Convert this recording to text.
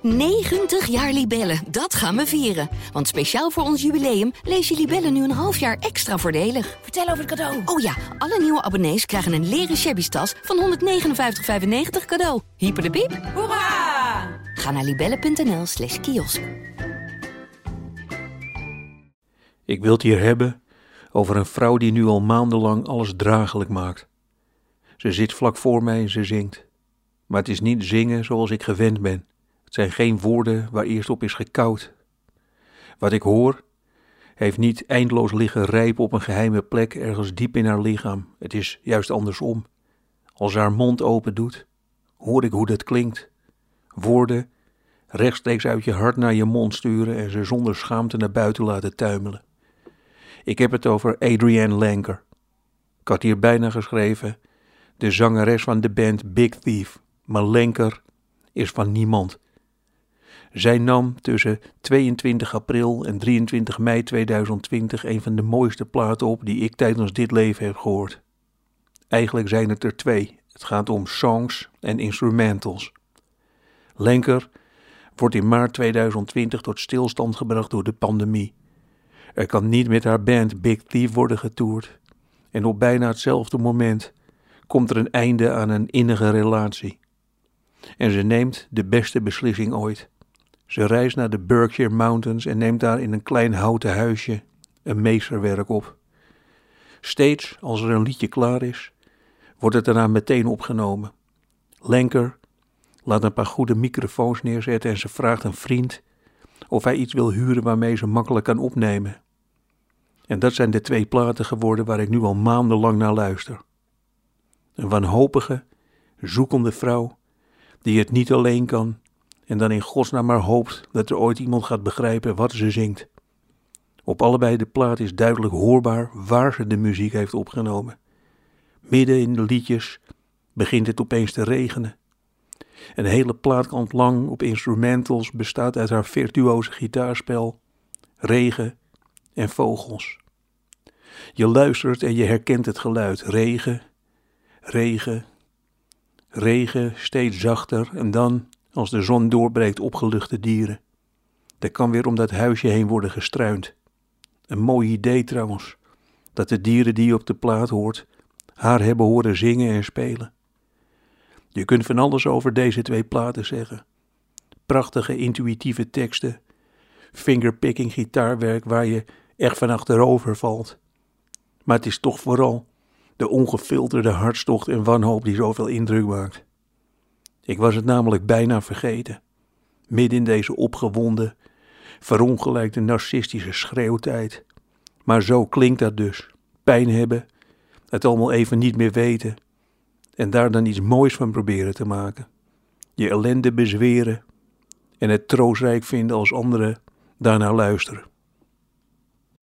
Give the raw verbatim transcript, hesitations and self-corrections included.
negentig jaar Libellen, dat gaan we vieren. Want speciaal voor ons jubileum lees je Libellen nu een half jaar extra voordelig. Vertel over het cadeau. Oh ja, alle nieuwe abonnees krijgen een leren shabby tas van honderdnegenenvijftig vijfennegentig cadeau. Hyper de piep. Hoera! Ga naar libellen.nl slash kiosk. Ik wil het hier hebben over een vrouw die nu al maandenlang alles draaglijk maakt. Ze zit vlak voor mij en ze zingt. Maar het is niet zingen zoals ik gewend ben. Het zijn geen woorden waar eerst op is gekauwd. Wat ik hoor, heeft niet eindeloos liggen rijpen op een geheime plek ergens diep in haar lichaam. Het is juist andersom. Als ze haar mond open doet, hoor ik hoe dat klinkt. Woorden rechtstreeks uit je hart naar je mond sturen en ze zonder schaamte naar buiten laten tuimelen. Ik heb het over Adrienne Lenker. Ik had hier bijna geschreven, de zangeres van de band Big Thief, maar Lenker is van niemand. Zij nam tussen tweeëntwintig april en drieëntwintig mei tweeduizend twintig een van de mooiste platen op die ik tijdens dit leven heb gehoord. Eigenlijk zijn het er twee. Het gaat om songs en instrumentals. Lenker wordt in maart tweeduizend twintig tot stilstand gebracht door de pandemie. Er kan niet met haar band Big Thief worden getoerd. En op bijna hetzelfde moment komt er een einde aan een innige relatie. En ze neemt de beste beslissing ooit. Ze reist naar de Berkshire Mountains en neemt daar in een klein houten huisje een meesterwerk op. Steeds als er een liedje klaar is, wordt het daarna meteen opgenomen. Lenker laat een paar goede microfoons neerzetten en ze vraagt een vriend of hij iets wil huren waarmee ze makkelijk kan opnemen. En dat zijn de twee platen geworden waar ik nu al maandenlang naar luister. Een wanhopige, zoekende vrouw die het niet alleen kan en dan in godsnaam maar hoopt dat er ooit iemand gaat begrijpen wat ze zingt. Op allebei de platen is duidelijk hoorbaar waar ze de muziek heeft opgenomen. Midden in de liedjes begint het opeens te regenen. Een hele plaatkant lang op instrumentals bestaat uit haar virtuoze gitaarspel, regen en vogels. Je luistert en je herkent het geluid. Regen, regen, regen, steeds zachter en dan, als de zon doorbreekt, opgeluchte dieren. Er kan weer om dat huisje heen worden gestruind. Een mooi idee trouwens, dat de dieren die je op de plaat hoort, haar hebben horen zingen en spelen. Je kunt van alles over deze twee platen zeggen. Prachtige intuïtieve teksten, fingerpicking gitaarwerk waar je echt van achterover valt. Maar het is toch vooral de ongefilterde hartstocht en wanhoop die zoveel indruk maakt. Ik was het namelijk bijna vergeten. Midden in deze opgewonden, verongelijkte narcistische schreeuwtijd. Maar zo klinkt dat dus. Pijn hebben, het allemaal even niet meer weten en daar dan iets moois van proberen te maken. Je ellende bezweren en het troostrijk vinden als anderen daarnaar luisteren.